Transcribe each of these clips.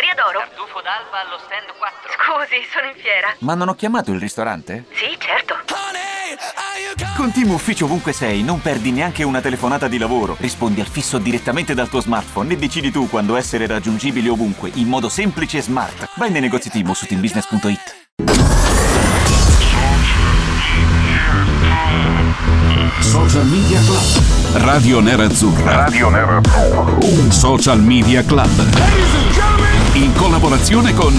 Osteria d'Oro. Tartufo d'alba allo stand 4. Scusi, sono in fiera. Ma non ho chiamato il ristorante? Sì, certo. Con Team Ufficio ovunque sei, non perdi neanche una telefonata di lavoro. Rispondi al fisso direttamente dal tuo smartphone e decidi tu quando essere raggiungibile ovunque, in modo semplice e smart. Vai nei negozi Team o su teambusiness.it. Social Media Club. Radio Nerazzurra. Social Media Club. In collaborazione con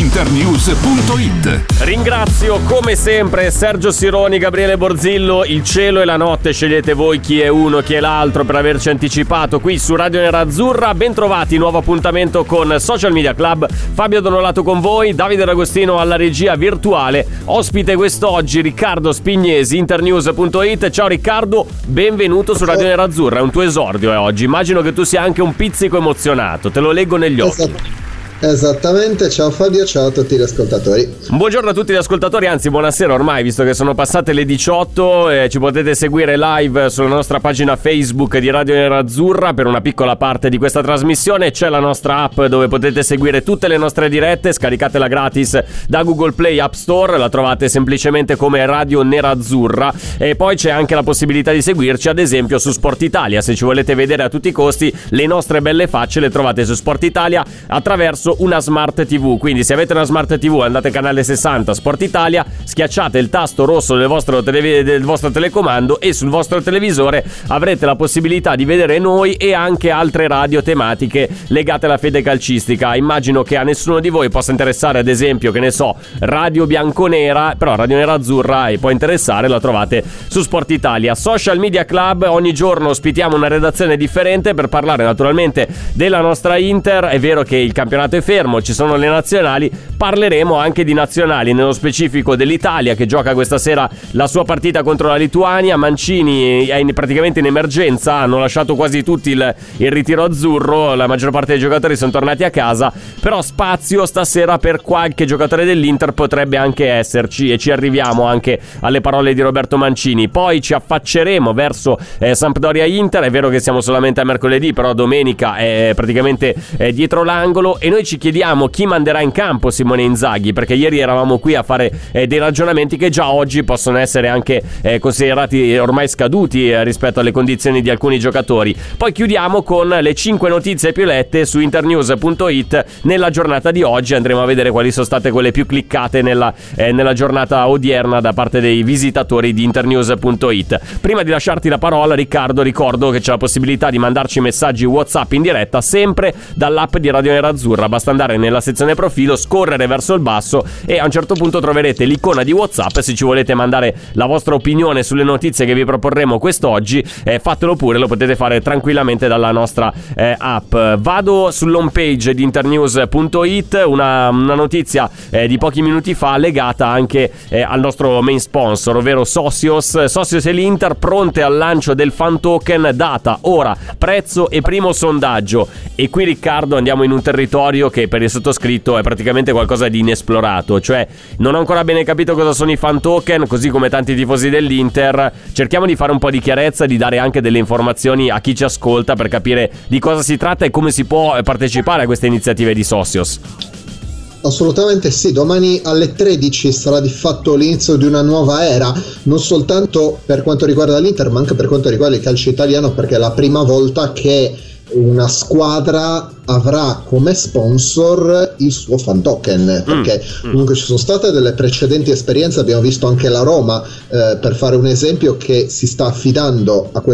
internews.it. Ringrazio come sempre Sergio Sironi, Gabriele Borzillo. Il cielo e la notte, scegliete voi chi è uno, chi è l'altro, per averci anticipato qui su Radio Nerazzurra. Bentrovati, nuovo appuntamento con Social Media Club. Fabio Donolato con voi, Davide D'Agostino alla regia virtuale. Ospite quest'oggi Riccardo Spignesi, internews.it. Ciao Riccardo, benvenuto su Radio Nerazzurra. È un tuo esordio oggi. Immagino che tu sia anche un pizzico emozionato, te lo leggo negli occhi. Esattamente, ciao Fabio, ciao a tutti gli ascoltatori. Buongiorno a tutti gli ascoltatori, anzi buonasera ormai, visto che sono passate le 18. Ci potete seguire live sulla nostra pagina Facebook di Radio Nerazzurra per una piccola parte di questa trasmissione. C'è la nostra app dove potete seguire tutte le nostre dirette, scaricatela gratis da Google Play App Store, la trovate semplicemente come Radio Nerazzurra. E poi c'è anche la possibilità di seguirci ad esempio su Sport Italia. Se ci volete vedere a tutti i costi, le nostre belle facce le trovate su Sport Italia attraverso una Smart TV. Quindi se avete una Smart TV andate canale 60 Sport Italia, schiacciate il tasto rosso del vostro telecomando e sul vostro televisore avrete la possibilità di vedere noi e anche altre radio tematiche legate alla fede calcistica. Immagino che a nessuno di voi possa interessare ad esempio, che ne so, Radio Bianconera, però Radio Nerazzurra può interessare, la trovate su Sport Italia. Social Media Club, ogni giorno ospitiamo una redazione differente per parlare naturalmente della nostra Inter. È vero che il campionato è fermo, ci sono le nazionali, parleremo anche di nazionali, nello specifico dell'Italia che gioca questa sera la sua partita contro la Lituania. Mancini è praticamente in emergenza, hanno lasciato quasi tutti il ritiro azzurro, la maggior parte dei giocatori sono tornati a casa, però spazio stasera per qualche giocatore dell'Inter potrebbe anche esserci, e ci arriviamo anche alle parole di Roberto Mancini. Poi ci affacceremo verso Sampdoria-Inter. È vero che siamo solamente a mercoledì, però domenica è praticamente dietro l'angolo, e noi ci chiediamo chi manderà in campo Simone Inzaghi, perché ieri eravamo qui a fare dei ragionamenti che già oggi possono essere anche considerati ormai scaduti rispetto alle condizioni di alcuni giocatori. Poi chiudiamo con le 5 notizie più lette su internews.it nella giornata di oggi. Andremo a vedere quali sono state quelle più cliccate nella giornata odierna da parte dei visitatori di internews.it. Prima di lasciarti la parola, Riccardo, ricordo che c'è la possibilità di mandarci messaggi WhatsApp in diretta sempre dall'app di Radio Nerazzurra. Basta andare nella sezione profilo, scorrere verso il basso e a un certo punto troverete l'icona di WhatsApp. Se ci volete mandare la vostra opinione sulle notizie che vi proporremo quest'oggi, fatelo pure, lo potete fare tranquillamente dalla nostra app. Vado sull'home page di internews.it, una notizia di pochi minuti fa legata anche al nostro main sponsor, ovvero Socios e l'Inter pronte al lancio del fan token, data, ora, prezzo e primo sondaggio. E qui Riccardo andiamo in un territorio che per il sottoscritto è praticamente qualcosa di inesplorato, cioè non ho ancora bene capito cosa sono i fan token, così come tanti tifosi dell'Inter. Cerchiamo di fare un po' di chiarezza, di dare anche delle informazioni a chi ci ascolta per capire di cosa si tratta e come si può partecipare a queste iniziative di Socios. Assolutamente sì, domani alle 13 sarà di fatto l'inizio di una nuova era, non soltanto per quanto riguarda l'Inter ma anche per quanto riguarda il calcio italiano, perché è la prima volta che una squadra avrà come sponsor il suo fan token, perché comunque ci sono state delle precedenti esperienze. Abbiamo visto anche la Roma, per fare un esempio, che si sta affidando a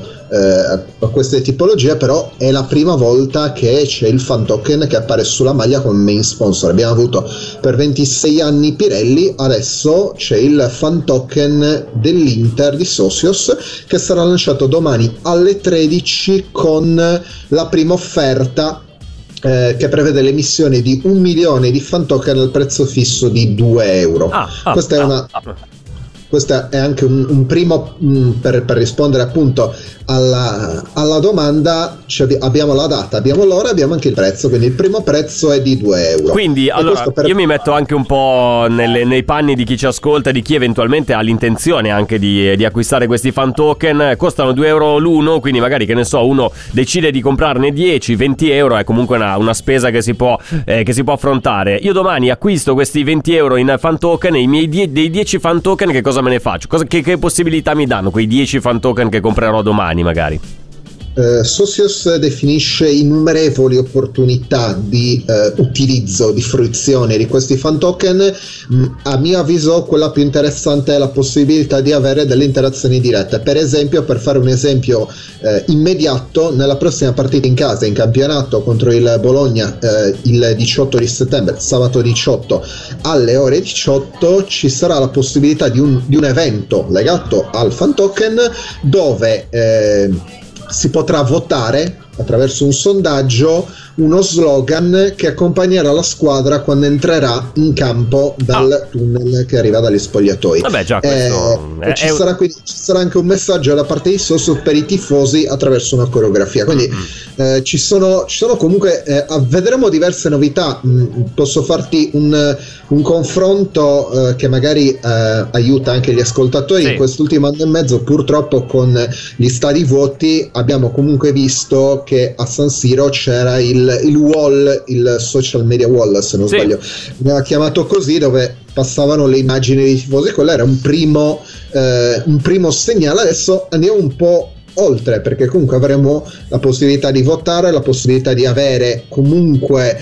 queste tipologie, però è la prima volta che c'è il fan token che appare sulla maglia come main sponsor. Abbiamo avuto per 26 anni Pirelli, adesso c'è il fan token dell'Inter di Socios che sarà lanciato domani alle 13 con la prima offerta che prevede l'emissione di 1 milione di fan token al prezzo fisso di 2 euro. Questa è questo è anche un primo per rispondere appunto alla domanda. Abbiamo la data, abbiamo l'ora, abbiamo anche il prezzo, quindi il primo prezzo è di 2 euro. Quindi allora io mi metto anche un po' nei panni di chi ci ascolta, di chi eventualmente ha l'intenzione anche di acquistare questi fan token. Costano 2 euro l'uno, quindi magari, che ne so, uno decide di comprarne 10, 20 euro, è comunque una spesa che si può affrontare. Io domani acquisto questi 20 euro in fan token, e i miei dei 10 fan token che cosa me ne faccio? Che possibilità mi danno quei 10 fan token che comprerò domani magari? Socios definisce innumerevoli opportunità di utilizzo, di fruizione di questi fan token. A mio avviso quella più interessante è la possibilità di avere delle interazioni dirette. Per esempio, per fare un esempio immediato, nella prossima partita in casa in campionato contro il Bologna il 18 di settembre, sabato 18 alle ore 18, ci sarà la possibilità di un evento legato al fan token, dove si potrà votare attraverso un sondaggio uno slogan che accompagnerà la squadra quando entrerà in campo dal tunnel che arriva dagli spogliatoi. Vabbè, già questo ci sarà anche un messaggio da parte di Soso per i tifosi attraverso una coreografia, quindi ci sono comunque vedremo diverse novità. Posso farti un confronto che magari aiuta anche gli ascoltatori. In quest'ultimo anno e mezzo, purtroppo, con gli stadi vuoti, abbiamo comunque visto che a San Siro c'era il wall, il social media wall, se non sbaglio, veniva chiamato così, dove passavano le immagini dei tifosi. Quello era un primo segnale. Adesso andiamo un po' oltre, perché comunque avremo la possibilità di votare, la possibilità di avere comunque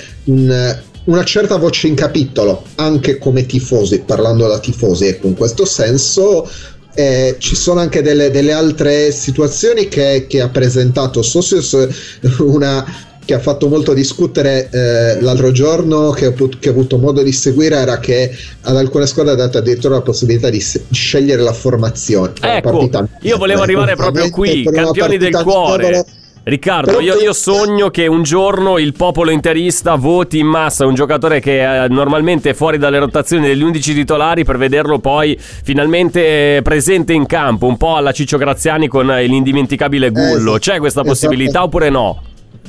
una certa voce in capitolo anche come tifosi, parlando da tifosi. Ecco, in questo senso ci sono anche delle altre situazioni che ha presentato Socios. Una che ha fatto molto discutere l'altro giorno, che ho avuto modo di seguire, era che ad alcune squadre ha dato addirittura la possibilità di scegliere la formazione. Ecco, io volevo arrivare proprio qui, campioni del cuore. Riccardo, io sogno che un giorno il popolo interista voti in massa un giocatore che è normalmente fuori dalle rotazioni degli 11 titolari, per vederlo poi finalmente presente in campo, un po' alla Ciccio Graziani con l'indimenticabile Gullo. C'è questa possibilità oppure no?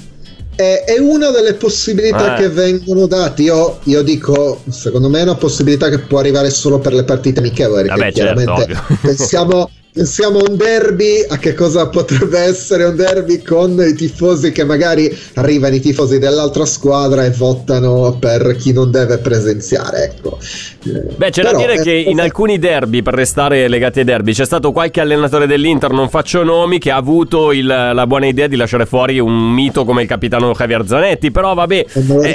È una delle possibilità che vengono date. Io dico, secondo me è una possibilità che può arrivare solo per le partite amichevoli. Vabbè, chiaramente pensiamo a un derby, a che cosa potrebbe essere un derby con i tifosi, che magari arrivano i tifosi dell'altra squadra e votano per chi non deve presenziare, ecco. Beh, c'è da dire che in alcuni derby, per restare legati ai derby, c'è stato qualche allenatore dell'Inter, non faccio nomi, che ha avuto la buona idea di lasciare fuori un mito come il capitano Javier Zanetti. Però vabbè,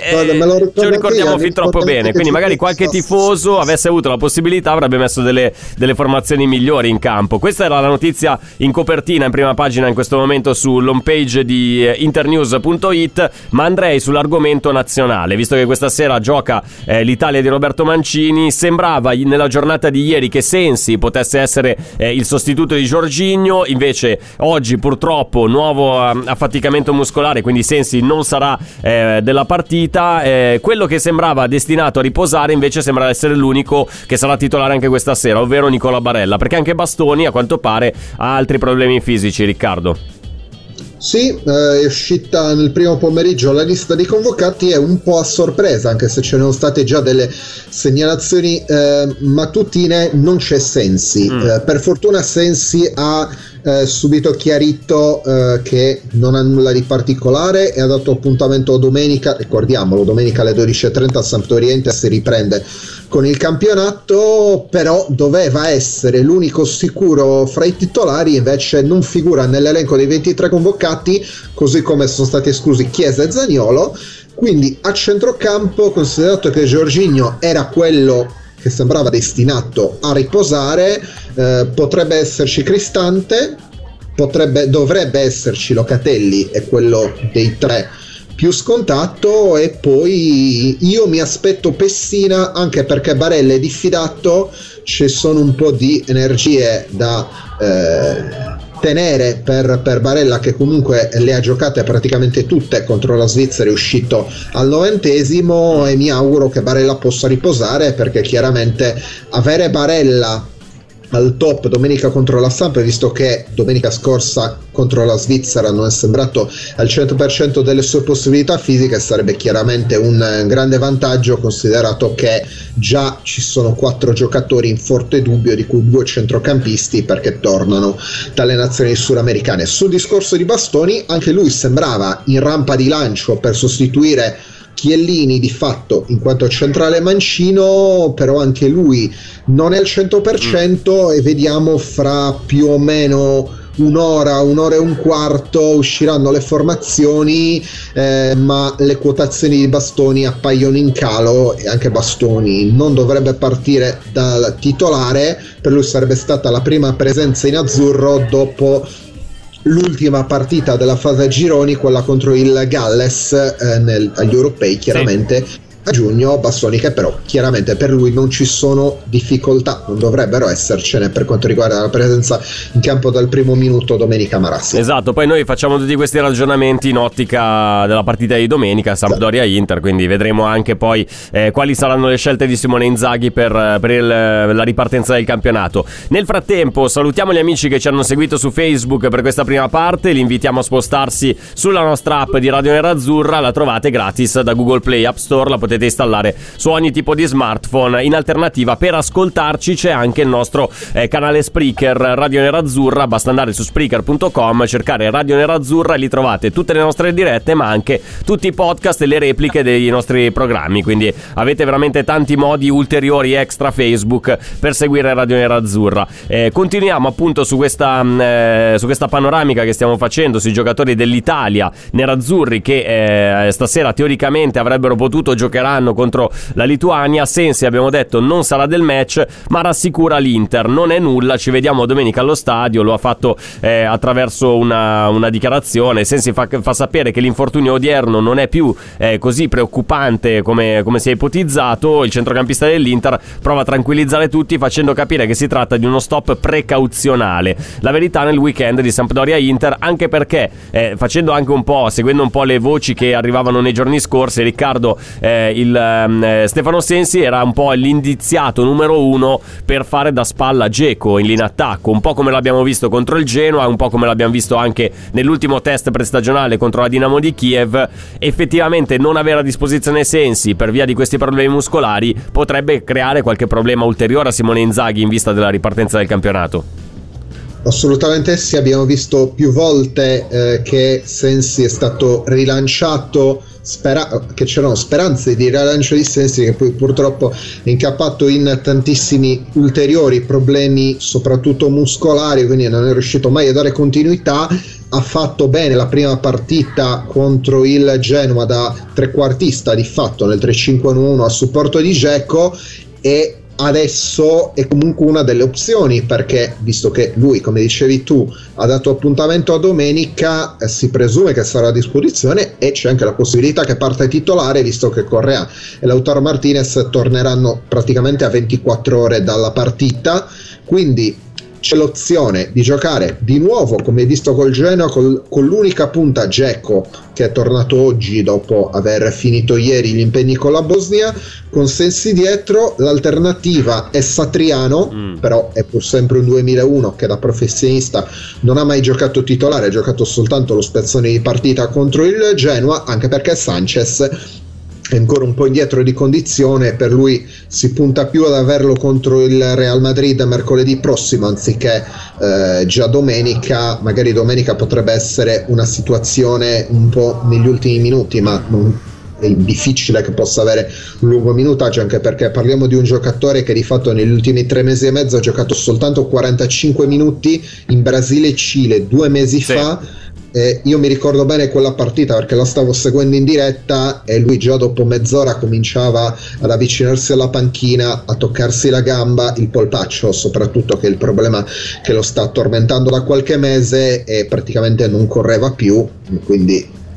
ce lo ricordiamo fin troppo bene, quindi magari qualche tifoso avesse avuto la possibilità avrebbe messo delle formazioni migliori in campo. Questa era la notizia in copertina, in prima pagina in questo momento sull'home page di internews.it, ma andrei sull'argomento nazionale, visto che questa sera gioca l'Italia di Roberto Mancini. Sembrava nella giornata di ieri che Sensi potesse essere il sostituto di Jorginho, invece oggi purtroppo nuovo affaticamento muscolare, quindi Sensi non sarà della partita. Quello che sembrava destinato a riposare invece sembra essere l'unico che sarà titolare anche questa sera, ovvero Nicola Barella, perché anche Bastoni a quanto pare ha altri problemi fisici. Riccardo? Sì, è uscita nel primo pomeriggio la lista dei convocati, è un po' a sorpresa, anche se c'erano state già delle segnalazioni mattutine. Non c'è Sensi. Per fortuna Sensi ha subito chiarito che non ha nulla di particolare e ha dato appuntamento domenica, ricordiamolo, domenica alle 12:30 a Sampdoria Inter si riprende con il campionato. Però doveva essere l'unico sicuro fra i titolari, invece non figura nell'elenco dei 23 convocati, così come sono stati esclusi Chiesa e Zaniolo. Quindi a centrocampo, considerato che Jorginho era quello che sembrava destinato a riposare, potrebbe esserci Cristante, dovrebbe esserci Locatelli, è quello dei tre più scontato, e poi io mi aspetto Pessina, anche perché Barella è diffidato, ci sono un po' di energie da tenere per Barella, che comunque le ha giocate praticamente tutte contro la Svizzera, è uscito al 90°, e mi auguro che Barella possa riposare, perché chiaramente avere Barella al top domenica contro la Samp, visto che domenica scorsa contro la Svizzera non è sembrato al 100% delle sue possibilità fisiche, sarebbe chiaramente un grande vantaggio, considerato che già ci sono 4 giocatori in forte dubbio, di cui 2 centrocampisti, perché tornano dalle nazioni suramericane. Sul discorso di Bastoni, anche lui sembrava in rampa di lancio per sostituire Chiellini di fatto in quanto centrale mancino, però anche lui non è al 100% e vediamo fra più o meno un'ora e un quarto usciranno le formazioni, ma le quotazioni di Bastoni appaiono in calo e anche Bastoni non dovrebbe partire dal titolare. Per lui sarebbe stata la prima presenza in azzurro dopo l'ultima partita della fase a gironi, quella contro il Galles agli europei, chiaramente a giugno. Bastoni, che però chiaramente per lui non ci sono difficoltà, non dovrebbero essercene per quanto riguarda la presenza in campo dal primo minuto domenica Marassi. Esatto, poi noi facciamo tutti questi ragionamenti in ottica della partita di domenica, Sampdoria-Inter, quindi vedremo anche poi quali saranno le scelte di Simone Inzaghi per la ripartenza del campionato. Nel frattempo salutiamo gli amici che ci hanno seguito su Facebook per questa prima parte, li invitiamo a spostarsi sulla nostra app di Radio Nerazzurra, la trovate gratis da Google Play App Store, la potete installare su ogni tipo di smartphone. In alternativa, per ascoltarci c'è anche il nostro canale Spreaker Radio Nerazzurra, basta andare su Spreaker.com, cercare Radio Nerazzurra e lì trovate tutte le nostre dirette, ma anche tutti i podcast e le repliche dei nostri programmi, quindi avete veramente tanti modi ulteriori extra Facebook per seguire Radio Nerazzurra. Continuiamo appunto su questa panoramica che stiamo facendo sui giocatori dell'Italia nerazzurri che stasera teoricamente avrebbero potuto giocare contro la Lituania. Sensi, abbiamo detto, non sarà del match, ma rassicura l'Inter, non è nulla, ci vediamo domenica allo stadio. Lo ha fatto attraverso una dichiarazione. Sensi fa sapere che l'infortunio odierno non è più così preoccupante come si è ipotizzato. Il centrocampista dell'Inter prova a tranquillizzare tutti facendo capire che si tratta di uno stop precauzionale. La verità nel weekend di Sampdoria-Inter, anche perché seguendo un po' le voci che arrivavano nei giorni scorsi, Riccardo, Stefano Sensi era un po' l'indiziato numero 1 per fare da spalla a Dzeko in linea attacco, un po' come l'abbiamo visto contro il Genoa, un po' come l'abbiamo visto anche nell'ultimo test prestagionale contro la Dinamo di Kiev. Effettivamente non avere a disposizione Sensi per via di questi problemi muscolari potrebbe creare qualche problema ulteriore a Simone Inzaghi in vista della ripartenza del campionato. Assolutamente sì, abbiamo visto più volte che Sensi è stato rilanciato, che c'erano speranze di rilancio di Sensi, che poi purtroppo è incappato in tantissimi ulteriori problemi, soprattutto muscolari, quindi non è riuscito mai a dare continuità. Ha fatto bene la prima partita contro il Genoa da trequartista di fatto nel 3-5-1 a supporto di Dzeko, e adesso è comunque una delle opzioni, perché visto che lui, come dicevi tu, ha dato appuntamento a domenica, si presume che sarà a disposizione e c'è anche la possibilità che parta titolare, visto che Correa e Lautaro Martinez torneranno praticamente a 24 ore dalla partita. Quindi c'è l'opzione di giocare di nuovo, come visto col Genoa, con l'unica punta Dzeko, che è tornato oggi dopo aver finito ieri gli impegni con la Bosnia, con Sensi dietro. L'alternativa è Satriano, però è pur sempre un 2001 che da professionista non ha mai giocato titolare, ha giocato soltanto lo spezzone di partita contro il Genoa, anche perché Sanchez è ancora un po' indietro di condizione. Per lui si punta più ad averlo contro il Real Madrid mercoledì prossimo anziché già domenica. Magari domenica potrebbe essere una situazione un po' negli ultimi minuti, ma è difficile che possa avere un lungo minutaggio, anche perché parliamo di un giocatore che di fatto negli ultimi 3 mesi e mezzo ha giocato soltanto 45 minuti in Brasile e Cile 2 mesi fa. Io mi ricordo bene quella partita perché la stavo seguendo in diretta e lui già dopo mezz'ora cominciava ad avvicinarsi alla panchina, a toccarsi la gamba, il polpaccio soprattutto, che è il problema che lo sta tormentando da qualche mese, e praticamente non correva più, quindi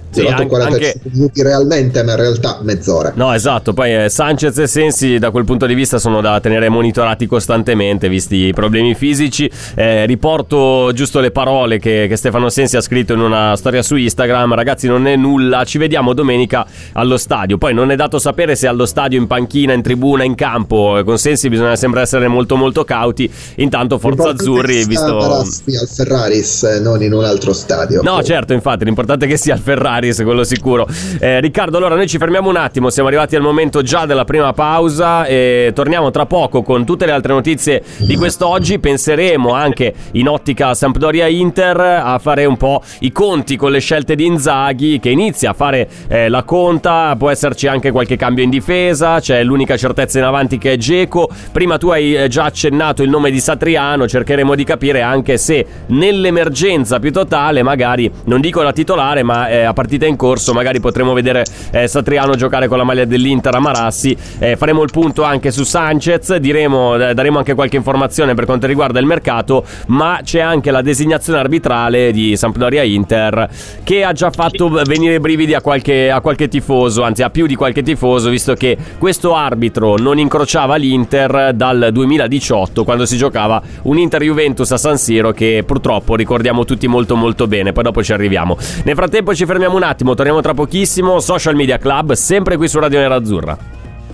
Sì, 45 minuti realmente, ma in realtà mezz'ora. No, esatto. Poi Sanchez e Sensi da quel punto di vista sono da tenere monitorati costantemente, visti i problemi fisici. Riporto giusto le parole che Stefano Sensi ha scritto in una storia su Instagram: ragazzi, non è nulla, ci vediamo domenica allo stadio. Poi non è dato sapere se allo stadio, in panchina, in tribuna, in campo. Con Sensi bisogna sempre essere molto molto cauti. Intanto Forza Azzurri, visto al Ferraris, non in un altro stadio. No, certo, infatti l'importante è che sia al Ferraris, quello sicuro. Riccardo, allora noi ci fermiamo un attimo, siamo arrivati al momento già della prima pausa e torniamo tra poco con tutte le altre notizie di quest'oggi. Penseremo anche in ottica Sampdoria-Inter a fare un po' i conti con le scelte di Inzaghi, che inizia a fare la conta. Può esserci anche qualche cambio in difesa, c'è l'unica certezza in avanti che è Dzeko. Prima tu hai già accennato il nome di Satriano, cercheremo di capire anche se nell'emergenza più totale, magari non dico la titolare, ma a partita in corso magari potremo vedere Satriano giocare con la maglia dell'Inter a Marassi. Faremo il punto anche su Sanchez, daremo anche qualche informazione per quanto riguarda il mercato, ma c'è anche la designazione arbitrale di Sampdoria-Inter che ha già fatto venire i brividi a qualche tifoso, anzi a più di qualche tifoso, visto che questo arbitro non incrociava l'Inter dal 2018, quando si giocava un Inter-Juventus a San Siro, che purtroppo ricordiamo tutti molto molto bene. Poi dopo ci arriviamo. Nel frattempo ci fermiamo un attimo, torniamo tra pochissimo. Social Media Club, sempre qui su Radio Nerazzurra.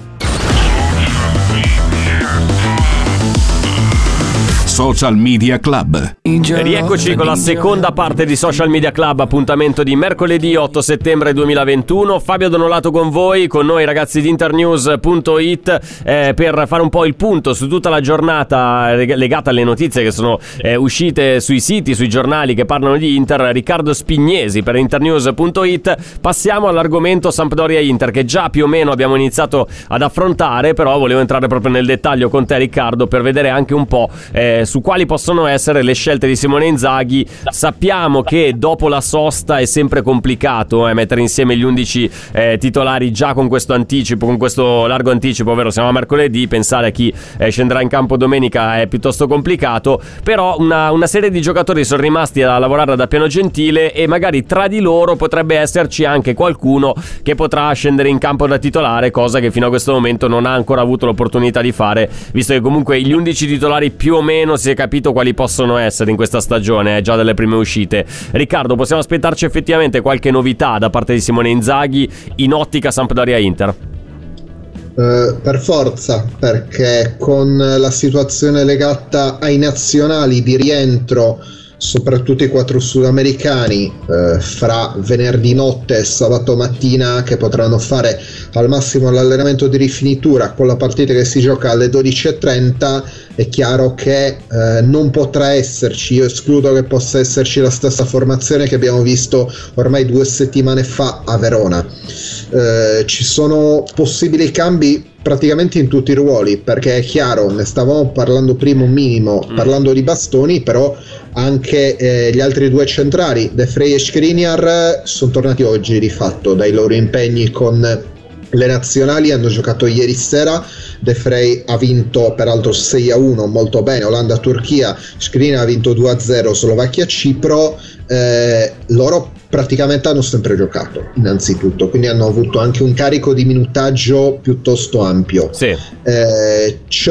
Social Media Club. Rieccoci con la seconda parte di Social Media Club, appuntamento di mercoledì 8 settembre 2021. Fabio Donolato con voi, con noi ragazzi di internews.it, per fare un po' il punto su tutta la giornata legata alle notizie che sono uscite sui siti, sui giornali che parlano di Inter. Riccardo Spignesi per internews.it. Passiamo all'argomento Sampdoria-Inter, che già più o meno abbiamo iniziato ad affrontare, però volevo entrare proprio nel dettaglio con te, Riccardo, per vedere anche un po' su quali possono essere le scelte di Simone Inzaghi. Sappiamo che dopo la sosta è sempre complicato mettere insieme gli 11 titolari già con questo anticipo, con questo largo anticipo, ovvero siamo a mercoledì. Pensare a chi scenderà in campo domenica è piuttosto complicato, però una serie di giocatori sono rimasti a lavorare da piano gentile e magari tra di loro potrebbe esserci anche qualcuno che potrà scendere in campo da titolare, cosa che fino a questo momento non ha ancora avuto l'opportunità di fare, visto che comunque gli 11 titolari più o meno si è capito quali possono essere in questa stagione, già dalle prime uscite. Riccardo, possiamo aspettarci effettivamente qualche novità da parte di Simone Inzaghi in ottica Sampdoria-Inter? Per forza, perché con la situazione legata ai nazionali di rientro, soprattutto i 4 sudamericani, fra venerdì notte e sabato mattina, che potranno fare al massimo l'allenamento di rifinitura con la partita che si gioca alle 12:30, è chiaro che non potrà esserci, io escludo che possa esserci la stessa formazione che abbiamo visto ormai 2 settimane fa a Verona. Ci sono possibili cambi praticamente in tutti i ruoli, perché è chiaro, ne stavamo parlando prima un minimo, parlando di bastoni, però anche gli altri 2 centrali, De Vrij e Skriniar, sono tornati oggi di fatto dai loro impegni con le nazionali, hanno giocato ieri sera. De Vrij ha vinto peraltro 6-1, molto bene, Olanda-Turchia. Skriniar ha vinto 2-0 Slovacchia-Cipro. Loro praticamente hanno sempre giocato, innanzitutto, quindi hanno avuto anche un carico di minutaggio piuttosto ampio. Sì. C'è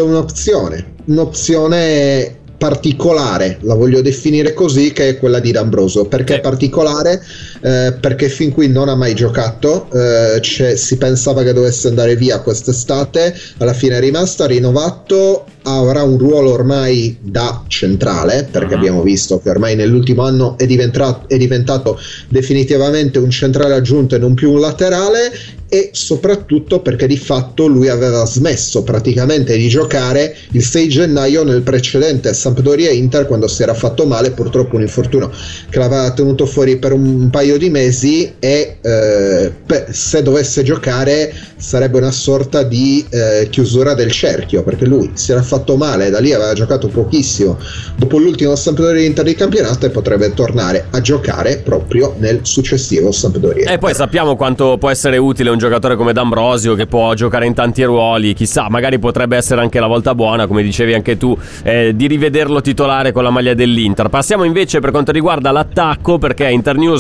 un'opzione particolare, la voglio definire così, che è quella di D'Ambrosio. Perché particolare? Perché fin qui non ha mai giocato, si pensava che dovesse andare via quest'estate, alla fine è rimasto, ha rinnovato, avrà un ruolo ormai da centrale, perché abbiamo visto che ormai nell'ultimo anno è diventato definitivamente un centrale aggiunto e non più un laterale, e soprattutto perché di fatto lui aveva smesso praticamente di giocare il 6 gennaio nel precedente Sampdoria-Inter, quando si era fatto male, purtroppo un infortunio che l'aveva tenuto fuori per un paio di mesi, e se dovesse giocare sarebbe una sorta di chiusura del cerchio, perché lui si era fatto male, da lì aveva giocato pochissimo dopo l'ultimo Sampdoria-Inter di campionato, e potrebbe tornare a giocare proprio nel successivo Sampdoria. E poi sappiamo quanto può essere utile un giocatore come D'Ambrosio, che può giocare in tanti ruoli. Chissà, magari potrebbe essere anche la volta buona, come dicevi anche tu, di rivederlo titolare con la maglia dell'Inter. Passiamo invece per quanto riguarda l'attacco, perché internews.it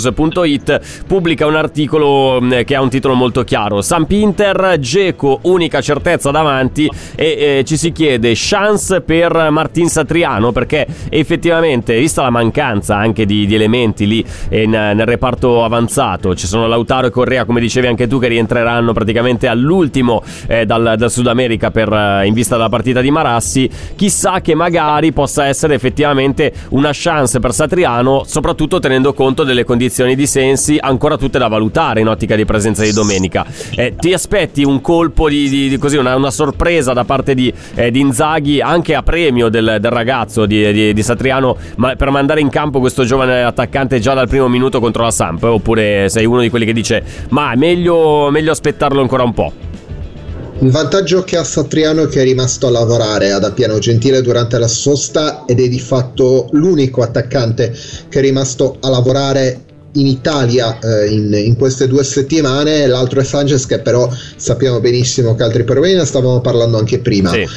business.it pubblica un articolo che ha un titolo molto chiaro: Samp Inter, Dzeko unica certezza davanti, e ci si chiede chance per Martin Satriano, perché effettivamente, vista la mancanza anche di elementi lì nel reparto avanzato, ci sono Lautaro e Correa, come dicevi anche tu, che rientreranno praticamente all'ultimo dal Sud America in vista della partita di Marassi. Chissà che magari possa essere effettivamente una chance per Satriano, soprattutto tenendo conto delle condizioni di Sensi ancora tutte da valutare in ottica di presenza di domenica. Ti aspetti un colpo di così, una sorpresa da parte di Inzaghi, anche a premio del ragazzo di Satriano, ma per mandare in campo questo giovane attaccante già dal primo minuto contro la Samp? Oppure sei uno di quelli che dice ma è meglio aspettarlo ancora un po'? Il vantaggio che ha Satriano è che è rimasto a lavorare ad Appiano Gentile durante la sosta ed è di fatto l'unico attaccante che è rimasto a lavorare in Italia in queste 2 settimane. L'altro è Sanchez, che però sappiamo benissimo che altri problemi, ne stavamo parlando anche prima. Sì.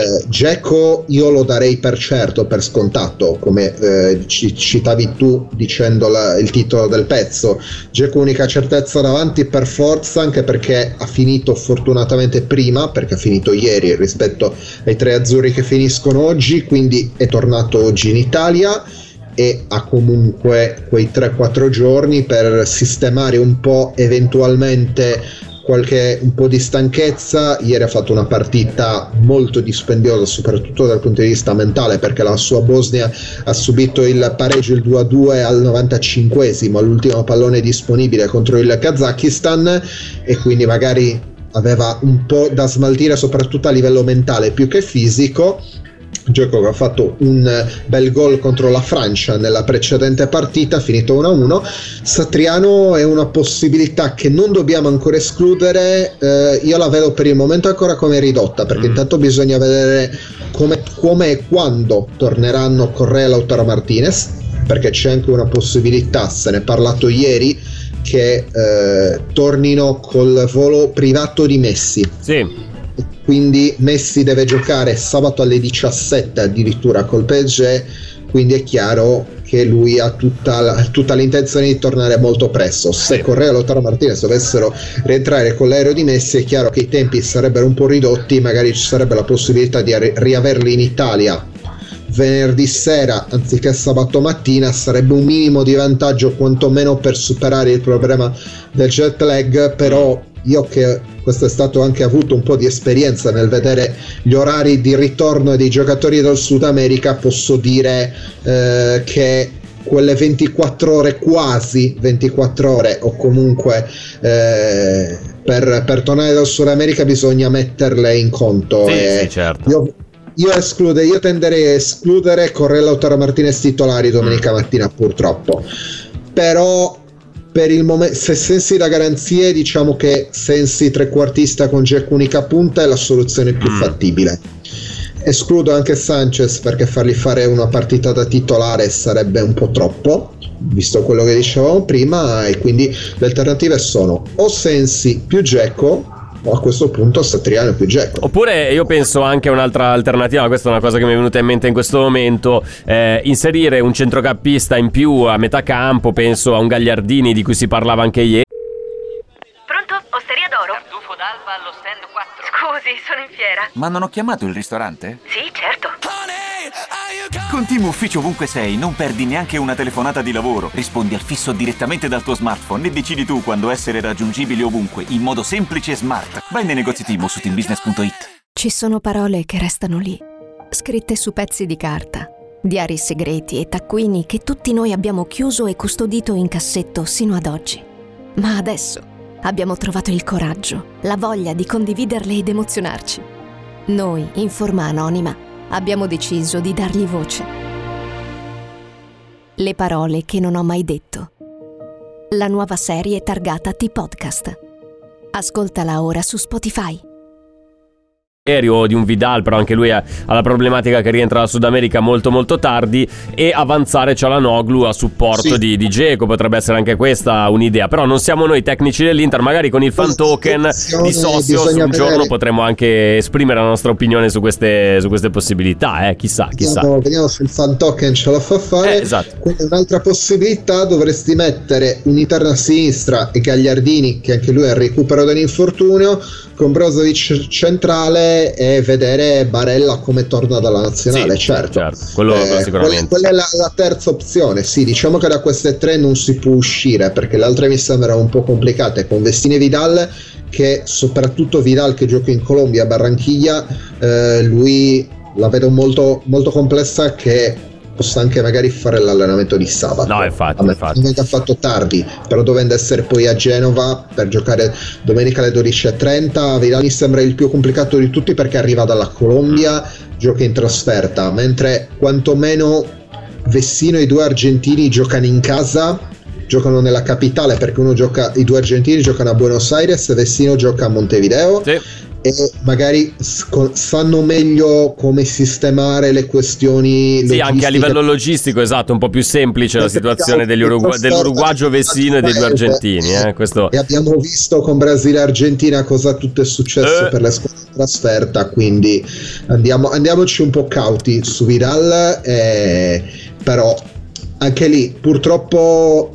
Dzeko io lo darei per certo, per scontato, come citavi tu dicendo il titolo del pezzo. Dzeko unica certezza davanti per forza, anche perché ha finito fortunatamente prima, perché ha finito ieri rispetto ai 3 azzurri che finiscono oggi, quindi è tornato oggi in Italia e ha comunque quei 3-4 giorni per sistemare un po', eventualmente un po' di stanchezza. Ieri ha fatto una partita molto dispendiosa, soprattutto dal punto di vista mentale, perché la sua Bosnia ha subito il pareggio, il 2-2 al 95esimo, all'ultimo pallone disponibile contro il Kazakistan, e quindi magari aveva un po' da smaltire soprattutto a livello mentale più che fisico. Dzeko ha fatto un bel gol contro la Francia nella precedente partita, finito 1-1. Satriano è una possibilità che non dobbiamo ancora escludere. Io la vedo per il momento ancora come ridotta, perché intanto bisogna vedere come e quando torneranno Correa e Lautaro Martinez, perché c'è anche una possibilità, se ne è parlato ieri, che tornino col volo privato di Messi. Sì. Quindi Messi deve giocare sabato alle 17 addirittura col PSG, quindi è chiaro che lui ha tutta l'intenzione di tornare molto presto. Se Correa e Lautaro Martinez dovessero rientrare con l'aereo di Messi, è chiaro che i tempi sarebbero un po' ridotti, magari ci sarebbe la possibilità di riaverli in Italia venerdì sera anziché sabato mattina. Sarebbe un minimo di vantaggio, quantomeno per superare il problema del jet lag. Però io, che quest'estate ho anche avuto un po' di esperienza nel vedere gli orari di ritorno dei giocatori del Sud America, posso dire che quelle 24 ore, quasi 24 ore, o comunque per tornare dal Sud America bisogna metterle in conto. Sì, certo. Io tenderei a escludere Correa e Lautaro Martinez titolari domenica mattina, purtroppo. Però per il momento, se Sensi da garanzie, diciamo che Sensi trequartista con Dzeko unica punta è la soluzione più fattibile. Escludo anche Sanchez, perché fargli fare una partita da titolare sarebbe un po' troppo, visto quello che dicevamo prima, e quindi le alternative sono o Sensi più Dzeko, o a questo punto Satriano più Dzeko. Oppure io penso anche a un'altra alternativa, questa è una cosa che mi è venuta in mente in questo momento, inserire un centrocampista in più a metà campo. Penso a un Gagliardini di cui si parlava anche ieri. Pronto? Osteria d'Oro? Tartufo d'Alba allo stand 4. Scusi, sono in fiera. Ma non ho chiamato il ristorante? Sì, certo. Con Team Ufficio ovunque sei non perdi neanche una telefonata di lavoro. Rispondi al fisso direttamente dal tuo smartphone e decidi tu quando essere raggiungibile ovunque, in modo semplice e smart. Vai nei negozi Team o su teambusiness.it. Ci sono parole che restano lì, scritte su pezzi di carta, diari segreti e taccuini che tutti noi abbiamo chiuso e custodito in cassetto sino ad oggi. Ma adesso abbiamo trovato il coraggio, la voglia di condividerle ed emozionarci. Noi, in forma anonima, abbiamo deciso di dargli voce. Le parole che non ho mai detto. La nuova serie targata T-Podcast. Ascoltala ora su Spotify. o di un Vidal, però anche lui ha la problematica che rientra da Sud America molto molto tardi, e avanzare Çalhanoğlu a supporto di Dzeko. Potrebbe essere anche questa un'idea, però non siamo noi tecnici dell'Inter, magari con il fan token di Sossios un giorno potremo anche esprimere la nostra opinione su queste possibilità, chissà. Vediamo se il fan token ce la fa fare. Esatto. Quindi un'altra possibilità: dovresti mettere un interno a sinistra e Gagliardini, che anche lui è in recupero dall'infortunio, con Brozovic centrale, e vedere Barella come torna dalla nazionale. Certo. Quello sicuramente. Quella è la terza opzione. Sì, diciamo che da queste tre non si può uscire, perché le altre mi sembrano un po' complicate, con Vestine e Vidal, che soprattutto Vidal che gioca in Colombia, Barranquilla, lui la vedo molto, molto complessa, che possa anche magari fare l'allenamento di sabato. No, infatti. Ha fatto tardi, però dovendo essere poi a Genova per giocare domenica alle 12:30, Vidal mi sembra il più complicato di tutti, perché arriva dalla Colombia, gioca in trasferta, mentre quantomeno Vecino e i due argentini giocano in casa, giocano nella capitale, perché i due argentini giocano a Buenos Aires e Vecino gioca a Montevideo. Sì. E magari sanno meglio come sistemare le questioni logistiche. Sì, anche a livello logistico, esatto, un po' più semplice la situazione dell'uruguagio Vecino e dei due argentini. Questo. E abbiamo visto con Brasile e Argentina cosa tutto è successo per le squadre in trasferta, quindi andiamoci un po' cauti su Vidal, però anche lì purtroppo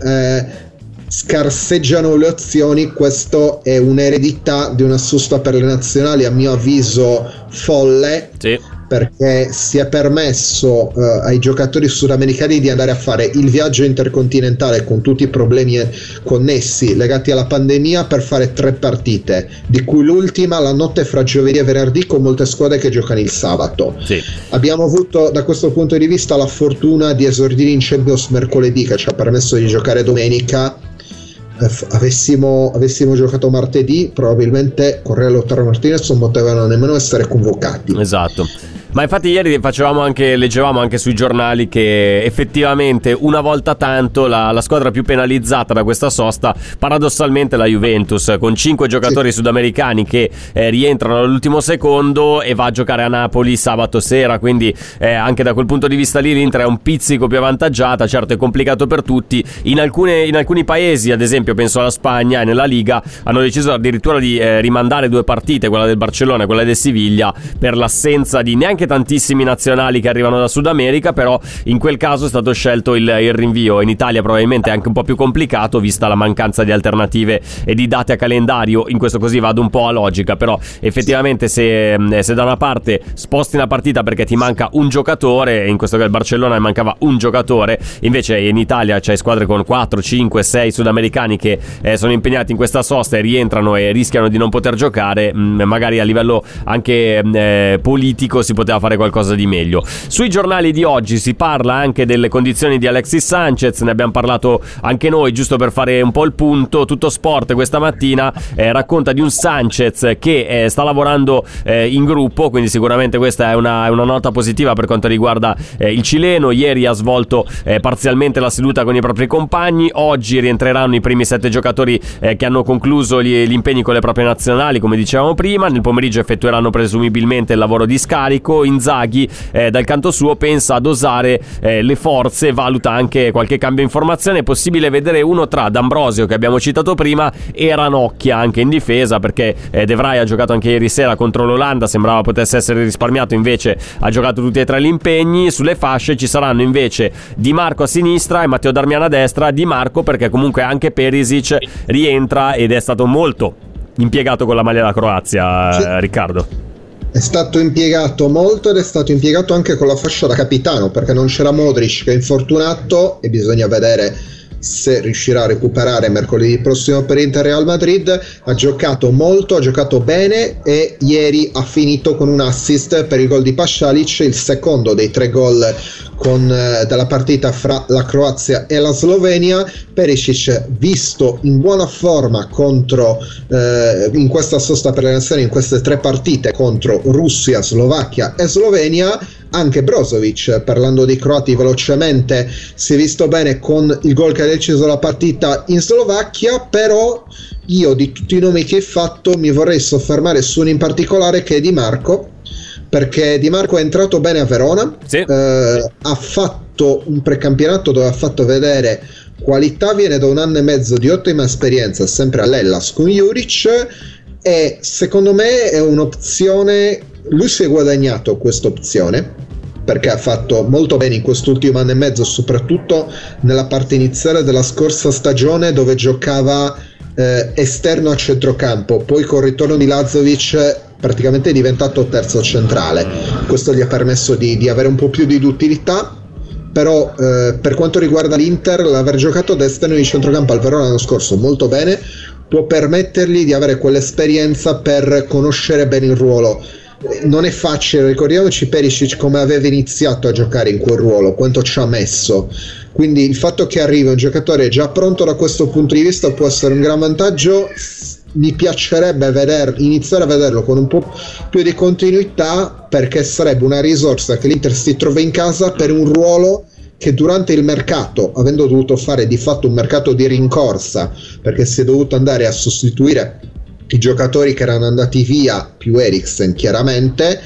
scarseggiano le opzioni. Questo è un'eredità di una sosta per le nazionali, a mio avviso folle, perché si è permesso ai giocatori sudamericani di andare a fare il viaggio intercontinentale con tutti i problemi connessi legati alla pandemia per fare 3 partite, di cui l'ultima la notte fra giovedì e venerdì, con molte squadre che giocano il sabato. Abbiamo avuto da questo punto di vista la fortuna di esordire in Champions mercoledì, che ci ha permesso di giocare domenica. Avessimo giocato martedì, probabilmente Correa e Lautaro Martinez non potevano nemmeno essere convocati. Esatto. Ma infatti ieri leggevamo anche sui giornali che effettivamente una volta tanto la squadra più penalizzata da questa sosta paradossalmente è la Juventus, con 5 giocatori sudamericani che rientrano all'ultimo secondo e va a giocare a Napoli sabato sera, quindi anche da quel punto di vista lì l'Inter è un pizzico più avvantaggiata. Certo, è complicato per tutti. In alcuni paesi, ad esempio penso alla Spagna e nella Liga, hanno deciso addirittura di rimandare 2 partite, quella del Barcellona e quella del Siviglia, per l'assenza di neanche tantissimi nazionali che arrivano da Sud America, però in quel caso è stato scelto il rinvio. In Italia probabilmente è anche un po' più complicato, vista la mancanza di alternative e di date a calendario. In questo così vado un po' a logica, però effettivamente se da una parte sposti una partita perché ti manca un giocatore, in questo caso il Barcellona mancava un giocatore, invece in Italia c'hai squadre con 4, 5, 6 sudamericani che sono impegnati in questa sosta e rientrano e rischiano di non poter giocare, magari a livello anche politico si poteva fare qualcosa di meglio. Sui giornali di oggi si parla anche delle condizioni di Alexis Sanchez, ne abbiamo parlato anche noi, giusto per fare un po' il punto. Tutto Sport questa mattina racconta di un Sanchez che sta lavorando in gruppo, quindi sicuramente questa è una nota positiva per quanto riguarda il cileno. Ieri ha svolto parzialmente la seduta con i propri compagni, oggi rientreranno i primi 7 giocatori che hanno concluso gli impegni con le proprie nazionali, come dicevamo prima. Nel pomeriggio effettueranno presumibilmente il lavoro di scarico. Inzaghi dal canto suo pensa a dosare le forze, valuta anche qualche cambio in formazione. È possibile vedere uno tra D'Ambrosio, che abbiamo citato prima, e Ranocchia anche in difesa, perché De Vrij ha giocato anche ieri sera contro l'Olanda, sembrava potesse essere risparmiato, invece ha giocato tutti e 3 gli impegni. Sulle fasce ci saranno invece Di Marco a sinistra e Matteo Darmian a destra. Di Marco perché comunque anche Perisic rientra ed è stato molto impiegato con la maglia della Croazia. Riccardo è stato impiegato molto, ed è stato impiegato anche con la fascia da capitano, perché non c'era Modric, che è infortunato, e bisogna vedere se riuscirà a recuperare mercoledì prossimo per Inter Real Madrid. Ha giocato molto, ha giocato bene, e ieri ha finito con un assist per il gol di Pasalic, il secondo dei 3 gol della partita fra la Croazia e la Slovenia. Perisic, visto in buona forma in questa sosta per le nazioni, in queste 3 partite contro Russia, Slovacchia e Slovenia, anche Brozovic, parlando dei croati velocemente, si è visto bene con il gol che ha deciso la partita in Slovacchia, però io di tutti i nomi che hai fatto mi vorrei soffermare su uno in particolare, che è Di Marco, perché Di Marco è entrato bene a Verona, sì. Ha fatto un precampionato dove ha fatto vedere qualità, viene da un anno e mezzo di ottima esperienza sempre all'Hellas con Juric, e secondo me è un'opzione, lui si è guadagnato questa opzione perché ha fatto molto bene in quest'ultimo anno e mezzo, soprattutto nella parte iniziale della scorsa stagione dove giocava esterno a centrocampo, poi col ritorno di Lazovic praticamente è diventato terzo centrale. Questo gli ha permesso di avere un po' più di utilità, però per quanto riguarda l'Inter, l'aver giocato da esterno di centrocampo al Verona l'anno scorso molto bene può permettergli di avere quell'esperienza per conoscere bene il ruolo. Non è facile, ricordiamoci Perisic come aveva iniziato a giocare in quel ruolo, quanto ci ha messo, quindi il fatto che arrivi un giocatore già pronto da questo punto di vista può essere un gran vantaggio. Mi piacerebbe iniziare a vederlo con un po' più di continuità, perché sarebbe una risorsa che l'Inter si trova in casa per un ruolo che durante il mercato, avendo dovuto fare di fatto un mercato di rincorsa, perché si è dovuto andare a sostituire i giocatori che erano andati via, più Eriksen chiaramente,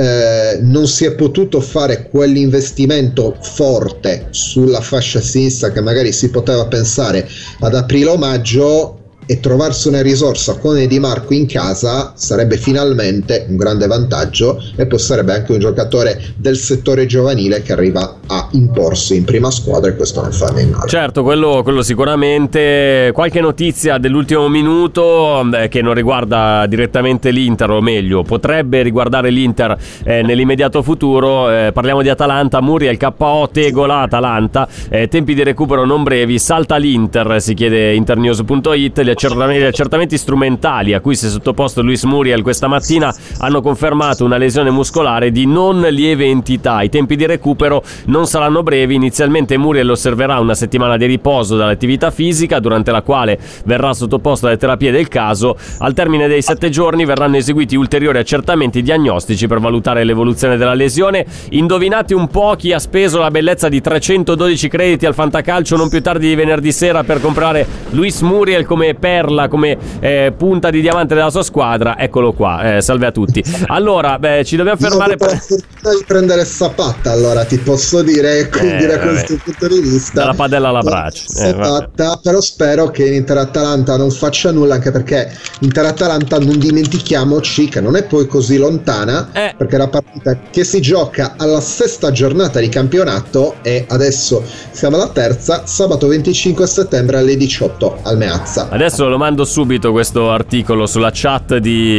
non si è potuto fare quell'investimento forte sulla fascia sinistra che magari si poteva pensare ad aprile o maggio, e trovarsi una risorsa come Di Marco in casa sarebbe finalmente un grande vantaggio, e poi sarebbe anche un giocatore del settore giovanile che arriva a imporsi in prima squadra, e questo non fa né male. Certo, quello sicuramente. Qualche notizia dell'ultimo minuto che non riguarda direttamente l'Inter, o meglio potrebbe riguardare l'Inter nell'immediato futuro. Parliamo di Atalanta, Muriel KO, Tegola, Atalanta, tempi di recupero non brevi, salta l'Inter, si chiede internews.it. Gli accertamenti strumentali a cui si è sottoposto Luis Muriel questa mattina hanno confermato una lesione muscolare di non lieve entità. I tempi di recupero non saranno brevi. Inizialmente Muriel osserverà una settimana di riposo dall'attività fisica, durante la quale verrà sottoposto alle terapie del caso. Al termine dei 7 giorni verranno eseguiti ulteriori accertamenti diagnostici per valutare l'evoluzione della lesione. Indovinate un po' chi ha speso la bellezza di 312 crediti al Fantacalcio non più tardi di venerdì sera per comprare Luis Muriel come perla, come punta di diamante della sua squadra. Eccolo qua, salve a tutti. Allora, ci dobbiamo fermare per di prendere Zapata, allora ti posso dire, quindi da questo punto di vista dalla padella alla braccia Zapata, però spero che Inter-Atalanta non faccia nulla, anche perché Inter-Atalanta non dimentichiamoci che non è poi così lontana, perché la partita che si gioca alla 6ª giornata di campionato, e adesso siamo alla 3ª, sabato 25 settembre alle 18 al Meazza. Adesso lo mando subito questo articolo sulla chat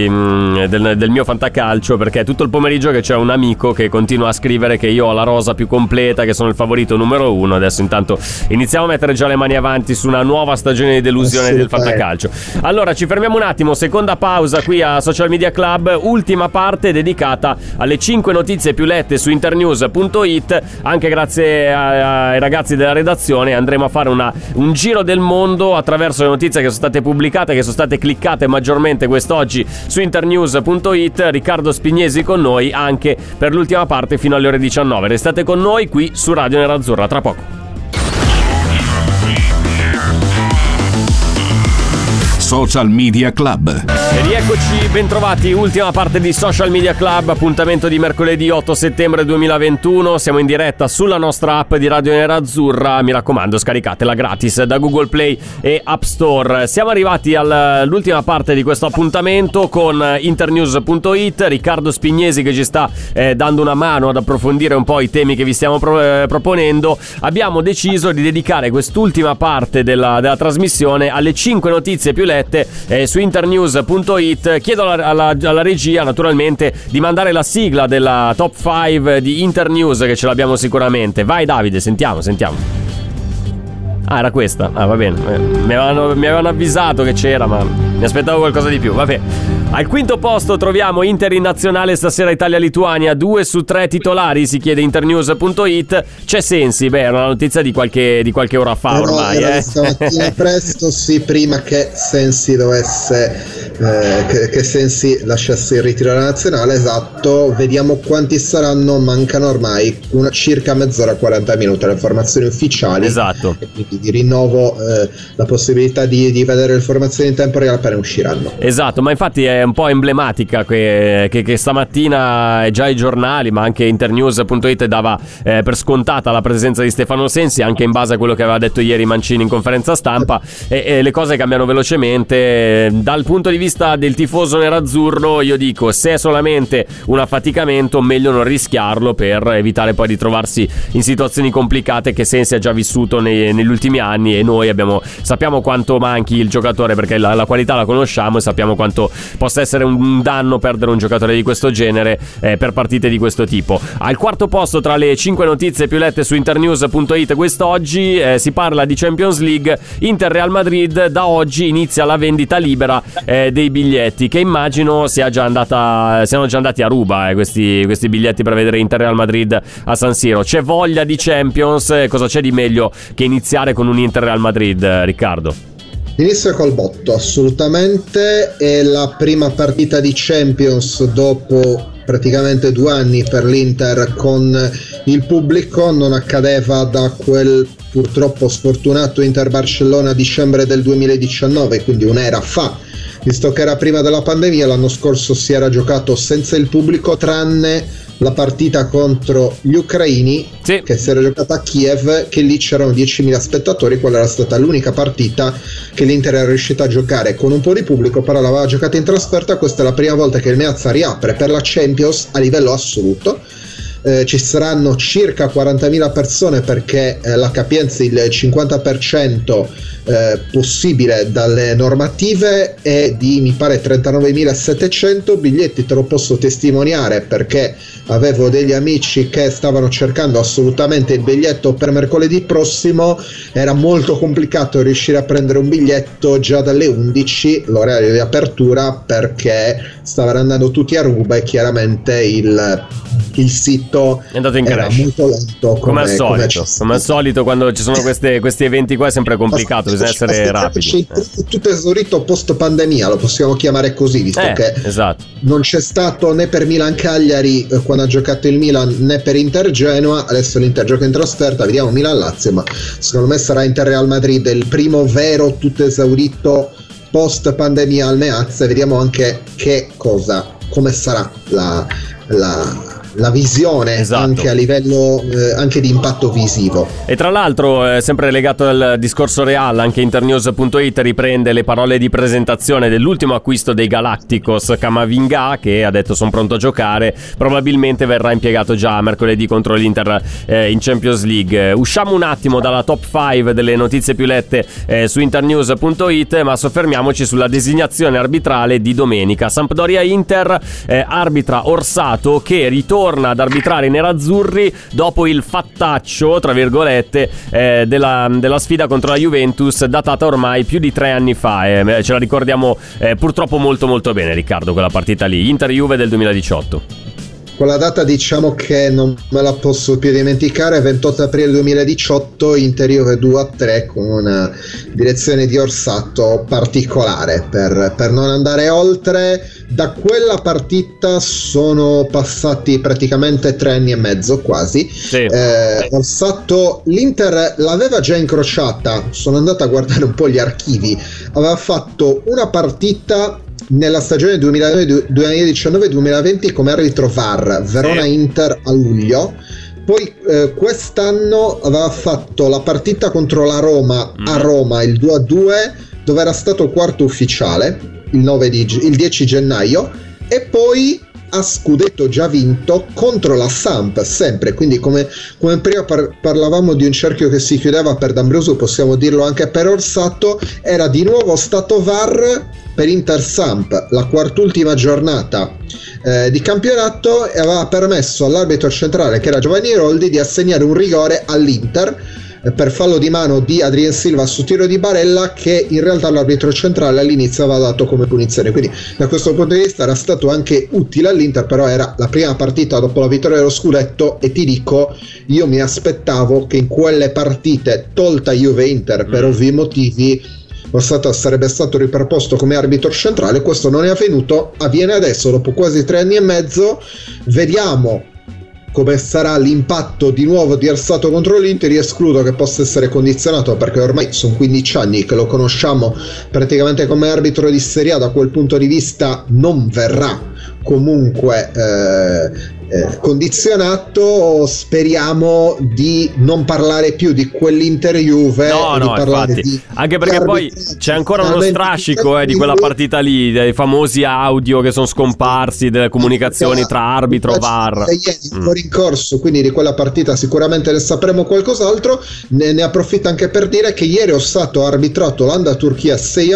del mio Fantacalcio, perché è tutto il pomeriggio che c'è un amico che continua a scrivere che io ho la rosa più completa, che sono il favorito numero 1. Adesso intanto iniziamo a mettere già le mani avanti su una nuova stagione di delusione del Fantacalcio. Allora ci fermiamo un attimo, seconda pausa qui a Social Media Club, ultima parte dedicata alle 5 notizie più lette su internews.it. Anche grazie ai ragazzi della redazione andremo a fare un giro del mondo attraverso le notizie che sono state pubblicate, che sono state cliccate maggiormente quest'oggi su internews.it. Riccardo Spignesi con noi anche per l'ultima parte fino alle ore 19. Restate con noi qui su Radio Nerazzurra, tra poco. Social Media Club. E rieccoci, bentrovati, ultima parte di Social Media Club, appuntamento di mercoledì 8 settembre 2021. Siamo in diretta sulla nostra app di Radio Nerazzurra, mi raccomando scaricatela gratis da Google Play e App Store. Siamo arrivati all'ultima parte di questo appuntamento con internews.it, Riccardo Spignesi che ci sta dando una mano ad approfondire un po' i temi che vi stiamo proponendo. Abbiamo deciso di dedicare quest'ultima parte della trasmissione alle 5 notizie più lette su internews.it. Chiedo alla regia naturalmente di mandare la sigla della top 5 di Internews, che ce l'abbiamo sicuramente. Vai Davide, sentiamo. Ah, era questa? Ah, va bene. Mi avevano avvisato che c'era, ma mi aspettavo qualcosa di più. Vabbè. Al quinto posto troviamo Inter in nazionale stasera Italia-Lituania, 2 su 3 titolari, si chiede internews.it. C'è Sensi, è una notizia di qualche ora fa ormai. Stamattina presto, sì, prima che Sensi dovesse che Sensi lasciasse il ritiro dalla nazionale, esatto. Vediamo quanti saranno, mancano ormai circa mezz'ora, 40 minuti alle formazioni ufficiali. Esatto. E quindi di rinnovo la possibilità di vedere le formazioni in tempo reale appena usciranno. Esatto, ma infatti è un po' emblematica che stamattina già i giornali, ma anche internews.it dava per scontata la presenza di Stefano Sensi, anche in base a quello che aveva detto ieri Mancini in conferenza stampa, e le cose cambiano velocemente. Dal punto di vista del tifoso nerazzurro, io dico, se è solamente un affaticamento, meglio non rischiarlo per evitare poi di trovarsi in situazioni complicate che Sensi ha già vissuto negli ultimi anni, e noi sappiamo quanto manchi il giocatore, perché la qualità la conosciamo e sappiamo quanto possa essere un danno perdere un giocatore di questo genere per partite di questo tipo. Al quarto posto tra le 5 notizie più lette su internews.it quest'oggi si parla di Champions League. Inter-Real Madrid, da oggi inizia la vendita libera dei biglietti, che immagino siano già andati a ruba questi biglietti per vedere Inter-Real Madrid a San Siro. C'è voglia di Champions, cosa c'è di meglio che iniziare con un Inter-Real Madrid, Riccardo? Inizia col botto, assolutamente. È la prima partita di Champions dopo praticamente 2 anni per l'Inter con il pubblico. Non accadeva da quel purtroppo sfortunato Inter-Barcellona a dicembre del 2019, quindi un'era fa, visto che era prima della pandemia. L'anno scorso si era giocato senza il pubblico, tranne la partita contro gli ucraini, sì, che si era giocata a Kiev, che lì c'erano 10.000 spettatori. Quella era stata l'unica partita che l'Inter era riuscita a giocare con un po' di pubblico, però l'aveva giocata in trasferta. Questa è la prima volta che il Meazza riapre per la Champions a livello assoluto. Ci saranno circa 40.000 persone, perché la capienza, il 50% possibile dalle normative è di, mi pare, 39.700 biglietti. Te lo posso testimoniare perché avevo degli amici che stavano cercando assolutamente il biglietto per mercoledì prossimo. Era molto complicato riuscire a prendere un biglietto già dalle 11, l'orario di apertura, perché stavano andando tutti a ruba e chiaramente il sito è andato in era crash, molto lento, come al solito quando ci sono questi eventi qua è sempre complicato, bisogna essere rapidi. Tutto esaurito post pandemia, lo possiamo chiamare così, visto che esatto, non c'è stato né per Milan Cagliari quando ha giocato il Milan, né per Inter Genoa. Adesso l'Inter gioca in trasferta, vediamo Milan Lazio, ma secondo me sarà Inter Real Madrid il primo vero tutto esaurito post pandemia al Meazza. Vediamo anche come sarà la visione, esatto, anche a livello anche di impatto visivo. E tra l'altro sempre legato al discorso Real, anche internews.it riprende le parole di presentazione dell'ultimo acquisto dei Galacticos, Camavinga, che ha detto sono pronto a giocare, probabilmente verrà impiegato già mercoledì contro l'Inter in Champions League. Usciamo un attimo dalla top 5 delle notizie più lette su internews.it, ma soffermiamoci sulla designazione arbitrale di domenica. Sampdoria-Inter, arbitra Orsato, che ritorna ad arbitrare i nerazzurri dopo il fattaccio, tra virgolette, della sfida contro la Juventus, datata ormai più di 3 anni fa. Ce la ricordiamo purtroppo molto molto bene, Riccardo, quella partita lì, Inter-Juve del 2018. Quella data diciamo che non me la posso più dimenticare, 28 aprile 2018, Inter-Juve 2-3, con una direzione di Orsato particolare per non andare oltre. Da quella partita sono passati praticamente 3 anni e mezzo, quasi. Sì. Orsato, l'Inter l'aveva già incrociata, sono andato a guardare un po' gli archivi, aveva fatto una partita nella stagione 2019-2020 come arbitro VAR, Verona-Inter a luglio. Poi quest'anno aveva fatto la partita contro la Roma a Roma, il 2-2, dove era stato quarto ufficiale il 10 gennaio, e poi a scudetto già vinto contro la Samp, sempre. Quindi come prima parlavamo di un cerchio che si chiudeva per D'Ambrosio, possiamo dirlo anche per Orsato. Era di nuovo stato VAR per Inter Samp, la quart'ultima giornata di campionato, e aveva permesso all'arbitro centrale, che era Giovanni Roldi, di assegnare un rigore all'Inter per fallo di mano di Adrien Silva su tiro di Barella, che in realtà l'arbitro centrale all'inizio aveva dato come punizione, quindi da questo punto di vista era stato anche utile all'Inter, però era la prima partita dopo la vittoria dello scudetto e ti dico, io mi aspettavo che in quelle partite, tolta Juve-Inter per ovvi motivi, sarebbe stato riproposto come arbitro centrale. Questo non è avvenuto, avviene adesso dopo quasi 3 anni e mezzo. Vediamo come sarà l'impatto di nuovo di Orsato contro l'Inter. Io escludo che possa essere condizionato, perché ormai sono 15 anni che lo conosciamo praticamente come arbitro di Serie A. Da quel punto di vista non verrà comunque condizionato. Speriamo di non parlare più di quell'Inter-Juve, di parlare infatti. di anche perché poi c'è ancora uno strascico di quella partita lì, dei famosi audio che sono scomparsi, delle comunicazioni tra arbitro e VAR. Fuori in corso, quindi di quella partita sicuramente ne sapremo qualcos'altro. Ne approfitto anche per dire che ieri Orsato ha arbitrato Olanda-Turchia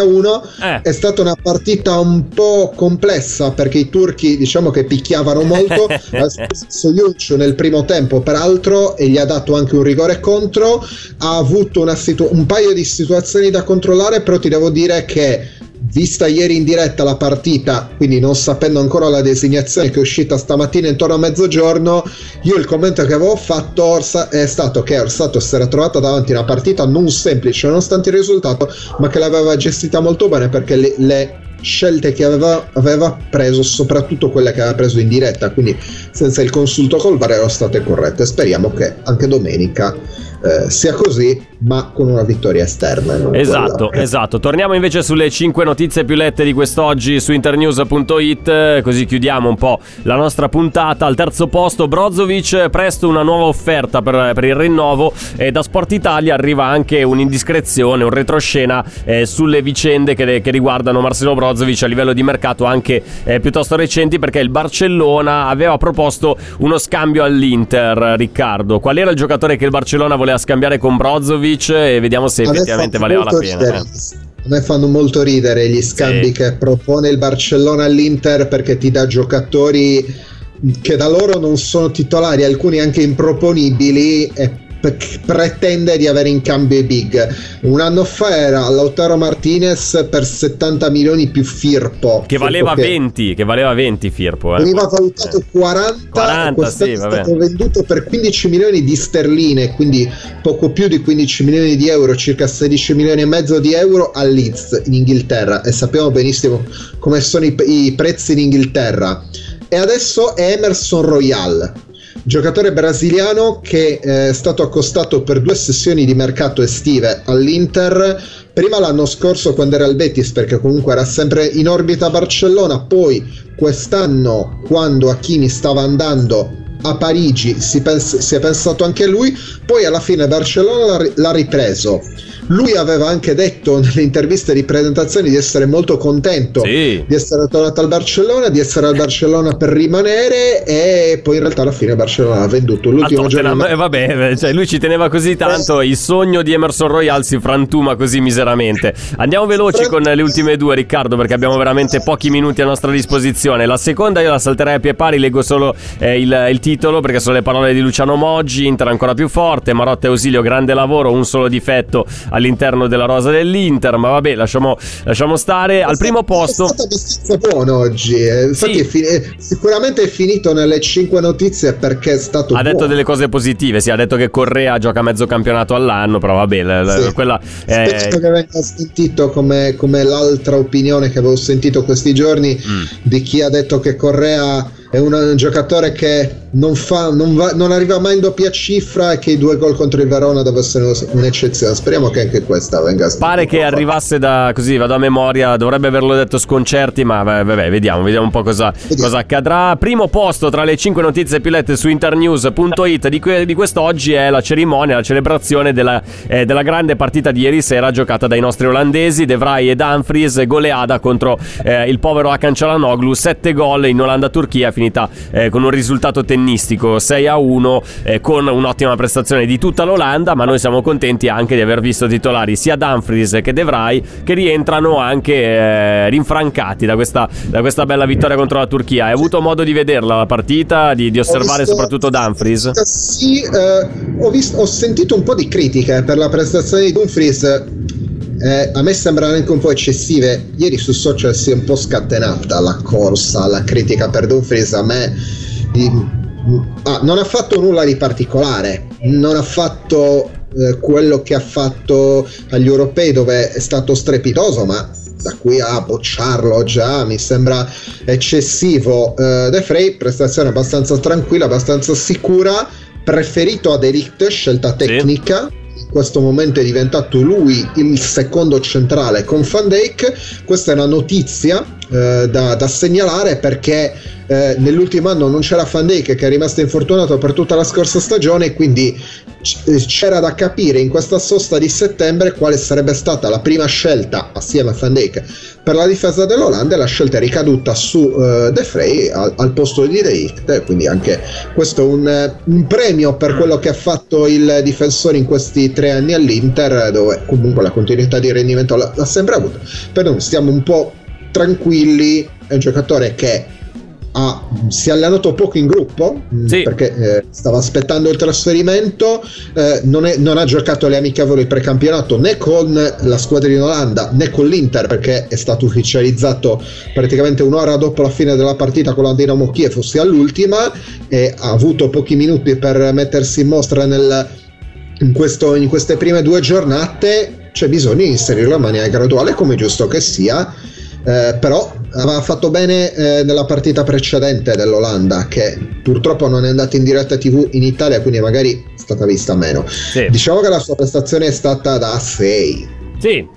6-1. È stata una partita un po' complessa, perché i turchi diciamo che picchiavano molto. Soyuncu nel primo tempo peraltro, e gli ha dato anche un rigore contro. Ha avuto un paio di situazioni da controllare, però ti devo dire che, vista ieri in diretta la partita, quindi non sapendo ancora la designazione che è uscita stamattina intorno a mezzogiorno, io il commento che avevo fatto è stato che Orsato si era trovata davanti a una partita non semplice nonostante il risultato, ma che l'aveva gestita molto bene, perché le scelte che aveva preso, soprattutto quelle che aveva preso in diretta, quindi senza il consulto col VAR, erano state corrette. Speriamo che anche domenica sia così, ma con una vittoria esterna. Esatto. Torniamo invece sulle 5 notizie più lette di quest'oggi su internews.it, così chiudiamo un po' la nostra puntata. Al terzo posto Brozovic, presto una nuova offerta per il rinnovo, e da Sport Italia arriva anche un'indiscrezione, un retroscena sulle vicende che riguardano Marcelo Brozovic a livello di mercato, anche piuttosto recenti, perché il Barcellona aveva proposto uno scambio all'Inter. Riccardo, qual era il giocatore che il Barcellona voleva scambiare con Brozovic, e vediamo se effettivamente valeva la pena. A me fanno molto ridere gli scambi che propone il Barcellona all'Inter, perché ti dà giocatori che da loro non sono titolari, alcuni anche improponibili, e pretende di avere in cambio i big. Un anno fa era Lautaro Martinez per 70 milioni più Firpo, che valeva 20 Firpo, veniva valutato 40 sì, è stato venduto per 15 milioni di sterline, quindi poco più di 15 milioni di euro, circa 16 milioni e mezzo di euro a Leeds in Inghilterra, e sappiamo benissimo come sono i prezzi in Inghilterra. E adesso è Emerson Royal, giocatore brasiliano che è stato accostato per 2 sessioni di mercato estive all'Inter, prima l'anno scorso quando era al Betis, perché comunque era sempre in orbita Barcellona, poi quest'anno quando Hakimi stava andando a Parigi si è pensato anche a lui, poi alla fine Barcellona l'ha ripreso. Lui aveva anche detto nelle interviste di presentazione di essere molto contento di essere tornato al Barcellona, di essere al Barcellona per rimanere, e poi in realtà alla fine Barcellona ha venduto l'ultimo giorno. Cioè lui ci teneva così tanto, il sogno di Emerson Royal si frantuma così miseramente. Andiamo veloci con le ultime due, Riccardo, perché abbiamo veramente pochi minuti a nostra disposizione. La seconda io la salterei a pie pari, leggo solo il titolo, perché sono le parole di Luciano Moggi. Inter ancora più forte, Marotta e Ausilio grande lavoro, un solo difetto all'interno della rosa dell'Inter, ma vabbè, lasciamo stare. Al primo posto è stato abbastanza buono oggi, sicuramente è finito nelle 5 notizie perché è stato ha detto delle cose positive, ha detto che Correa gioca mezzo campionato all'anno, però vabbè, quella spero che venga sentito come l'altra opinione che avevo sentito questi giorni di chi ha detto che Correa è un giocatore che non arriva mai in doppia cifra, e che i 2 gol contro il Verona deve essere un'eccezione. Speriamo che anche questa venga sentita. Pare che arrivasse così vado a memoria, dovrebbe averlo detto Sconcerti, ma vabbè, vediamo un po' cosa accadrà. Primo posto tra le 5 notizie più lette su internews.it di quest'oggi è la cerimonia, la celebrazione della grande partita di ieri sera giocata dai nostri olandesi De Vrij e Dumfries, goleada contro il povero Hakan Çalhanoğlu, 7 gol in Olanda-Turchia. finita con un risultato tennistico 6-1, con un'ottima prestazione di tutta l'Olanda, ma noi siamo contenti anche di aver visto titolari sia Dumfries che De Vrij che rientrano anche rinfrancati da questa bella vittoria contro la Turchia. Hai avuto modo di vederla la partita, di osservare soprattutto Dumfries? Sì, ho sentito un po' di critiche per la prestazione di Dumfries. A me sembrano anche un po' eccessive. Ieri su social si è un po' scatenata la corsa, la critica per Dumfries. A me non ha fatto nulla di particolare, non ha fatto quello che ha fatto agli europei, dove è stato strepitoso, ma da qui a bocciarlo già mi sembra eccessivo. De Vrij, prestazione abbastanza tranquilla, abbastanza sicura, preferito a De Ligt, scelta tecnica. Sì. In questo momento è diventato lui il secondo centrale con Van Dijk. Questa è una notizia da segnalare, perché nell'ultimo anno non c'era Van Dijk, che è rimasto infortunato per tutta la scorsa stagione, quindi c'era da capire in questa sosta di settembre quale sarebbe stata la prima scelta assieme a Van Dijk per la difesa dell'Olanda, e la scelta è ricaduta su De Vrij al posto di De Ligt, quindi anche questo è un premio per quello che ha fatto il difensore in questi 3 anni all'Inter, dove comunque la continuità di rendimento l'ha sempre avuto. Però stiamo un po' tranquilli, è un giocatore che si è allenato poco in gruppo, sì, perché stava aspettando il trasferimento, non ha giocato le amichevoli precampionato né con la squadra in Olanda né con l'Inter, perché è stato ufficializzato praticamente un'ora dopo la fine della partita con la Dinamo Kiev, ossia all'ultima, e ha avuto pochi minuti per mettersi in mostra in queste prime 2 giornate. C'è bisogno di inserirlo in maniera graduale, come giusto che sia. Però aveva fatto bene nella partita precedente dell'Olanda, che purtroppo non è andata in diretta TV in Italia, quindi magari è stata vista meno. Sì. Diciamo che la sua prestazione è stata da 6. Sì,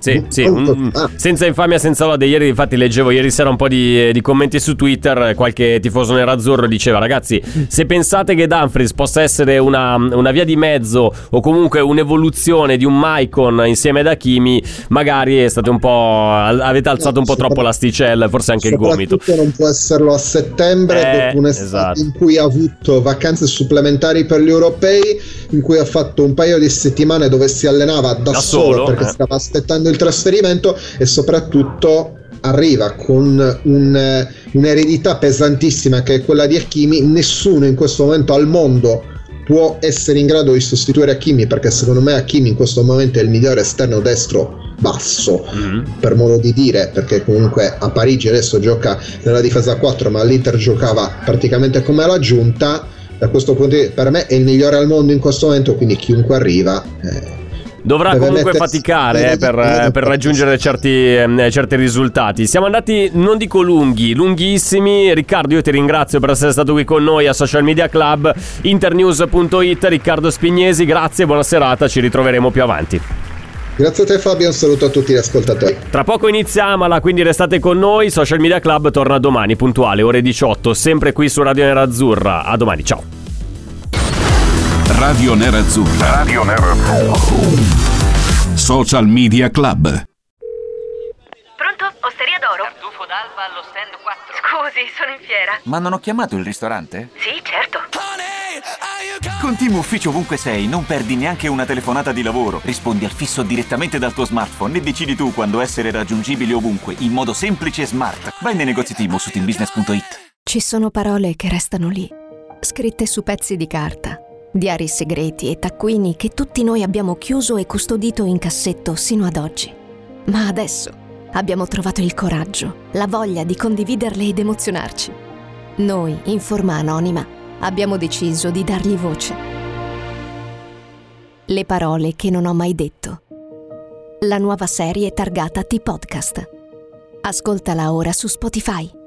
senza infamia, senza lode. Ieri, infatti, leggevo ieri sera un po' di commenti su Twitter. Qualche tifoso nerazzurro diceva: ragazzi, se pensate che Dumfries possa essere una via di mezzo, o comunque un'evoluzione di un Maicon insieme ad Hakimi, magari state avete alzato un po' troppo l'asticella, forse anche il gomito. Non può esserlo a settembre, dopo un'estate in cui ha avuto vacanze supplementari per gli europei, in cui ha fatto un paio di settimane dove si allenava da solo perché stava aspettando il trasferimento, e soprattutto arriva con un'eredità pesantissima che è quella di Hakimi. Nessuno in questo momento al mondo può essere in grado di sostituire Hakimi, perché secondo me Hakimi in questo momento è il migliore esterno destro basso, per modo di dire, perché comunque a Parigi adesso gioca nella difesa 4, ma all'Inter giocava praticamente come l'aggiunta. Da questo punto di vista per me è il migliore al mondo in questo momento, quindi chiunque arriva dovrà comunque faticare per raggiungere certi risultati. Siamo andati, non dico lunghissimi. Riccardo, io ti ringrazio per essere stato qui con noi a Social Media Club. Internews.it, Riccardo Spignesi, grazie, buona serata, ci ritroveremo più avanti. Grazie a te Fabio, un saluto a tutti gli ascoltatori. Tra poco iniziamola, quindi restate con noi. Social Media Club torna domani puntuale ore 18, sempre qui su Radio Nerazzurra. A domani, ciao. Radio Nerazzurra. Social Media Club. Pronto? Osteria d'Oro? Tartufo d'alba allo stand 4. Scusi, sono in fiera. Ma non ho chiamato il ristorante? Sì, certo. Con Team Ufficio ovunque sei, non perdi neanche una telefonata di lavoro. Rispondi al fisso direttamente dal tuo smartphone e decidi tu quando essere raggiungibile ovunque, in modo semplice e smart. Vai nei negozi Team o su teambusiness.it. Ci sono parole che restano lì, scritte su pezzi di carta, diari segreti e taccuini che tutti noi abbiamo chiuso e custodito in cassetto sino ad oggi. Ma adesso abbiamo trovato il coraggio, la voglia di condividerle ed emozionarci. Noi, in forma anonima, abbiamo deciso di dargli voce. Le parole che non ho mai detto. La nuova serie targata T-Podcast. Ascoltala ora su Spotify.